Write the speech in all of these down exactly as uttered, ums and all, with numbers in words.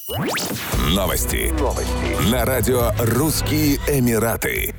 Новости. Новости. На радио «Русские Эмираты».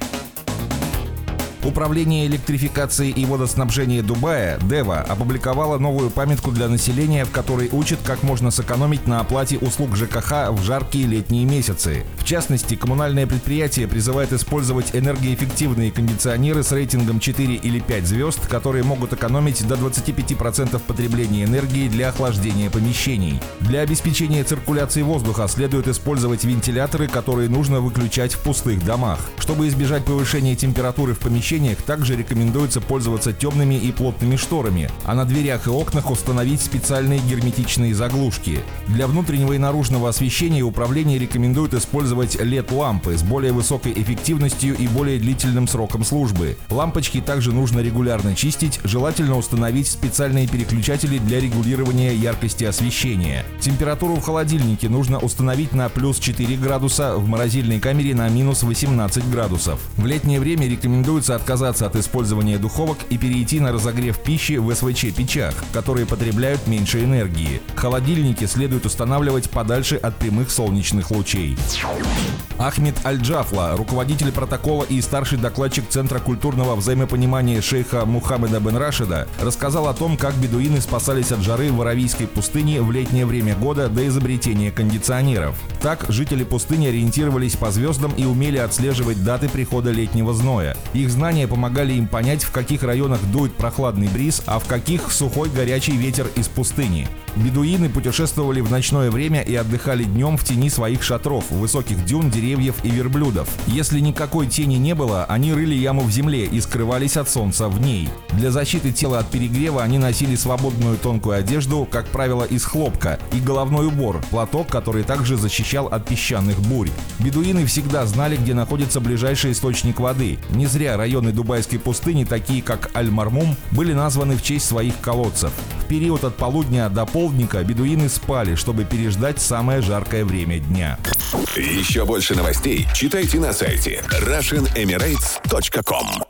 Управление электрификации и водоснабжения Дубая, ДЭВА, опубликовало новую памятку для населения, в которой учат, как можно сэкономить на оплате услуг ЖКХ в жаркие летние месяцы. В частности, коммунальное предприятие призывает использовать энергоэффективные кондиционеры с рейтингом четыре или пять звезд, которые могут экономить до двадцати пяти процентов потребления энергии для охлаждения помещений. Для обеспечения циркуляции воздуха следует использовать вентиляторы, которые нужно выключать в пустых домах. Чтобы избежать повышения температуры в помещении, также рекомендуется пользоваться темными и плотными шторами, а на дверях и окнах установить специальные герметичные заглушки. Для внутреннего и наружного освещения управление рекомендует использовать эл и ди-лампы с более высокой эффективностью и более длительным сроком службы. Лампочки также нужно регулярно чистить, желательно установить специальные переключатели для регулирования яркости освещения. Температуру в холодильнике нужно установить на плюс четыре градуса, в морозильной камере на минус восемнадцать градусов. В летнее время рекомендуется отказаться от использования духовок и перейти на разогрев пищи в эс вэ че-печах, которые потребляют меньше энергии. Холодильники следует устанавливать подальше от прямых солнечных лучей. Ахмед Аль-Джафла, руководитель протокола и старший докладчик Центра культурного взаимопонимания шейха Мухаммеда бен Рашида, рассказал о том, как бедуины спасались от жары в Аравийской пустыне в летнее время года до изобретения кондиционеров. Так, жители пустыни ориентировались по звездам и умели отслеживать даты прихода летнего зноя. Их знания помогали им понять, в каких районах дует прохладный бриз, а в каких сухой горячий ветер из пустыни. Бедуины путешествовали в ночное время и отдыхали днем в тени своих шатров, высоких дюн, деревьев и верблюдов. Если никакой тени не было, они рыли яму в земле и скрывались от солнца в ней. Для защиты тела от перегрева они носили свободную тонкую одежду, как правило, из хлопка, и головной убор, платок, который также защищал от песчаных бурь. Бедуины всегда знали, где находится ближайший источник воды. Не зря районы Дубайской пустыни, такие как Аль-Мармум, были названы в честь своих колодцев. В период от полудня до полдника бедуины спали, чтобы переждать самое жаркое время дня. Еще больше новостей читайте на сайте рашен эмирейтс точка ком.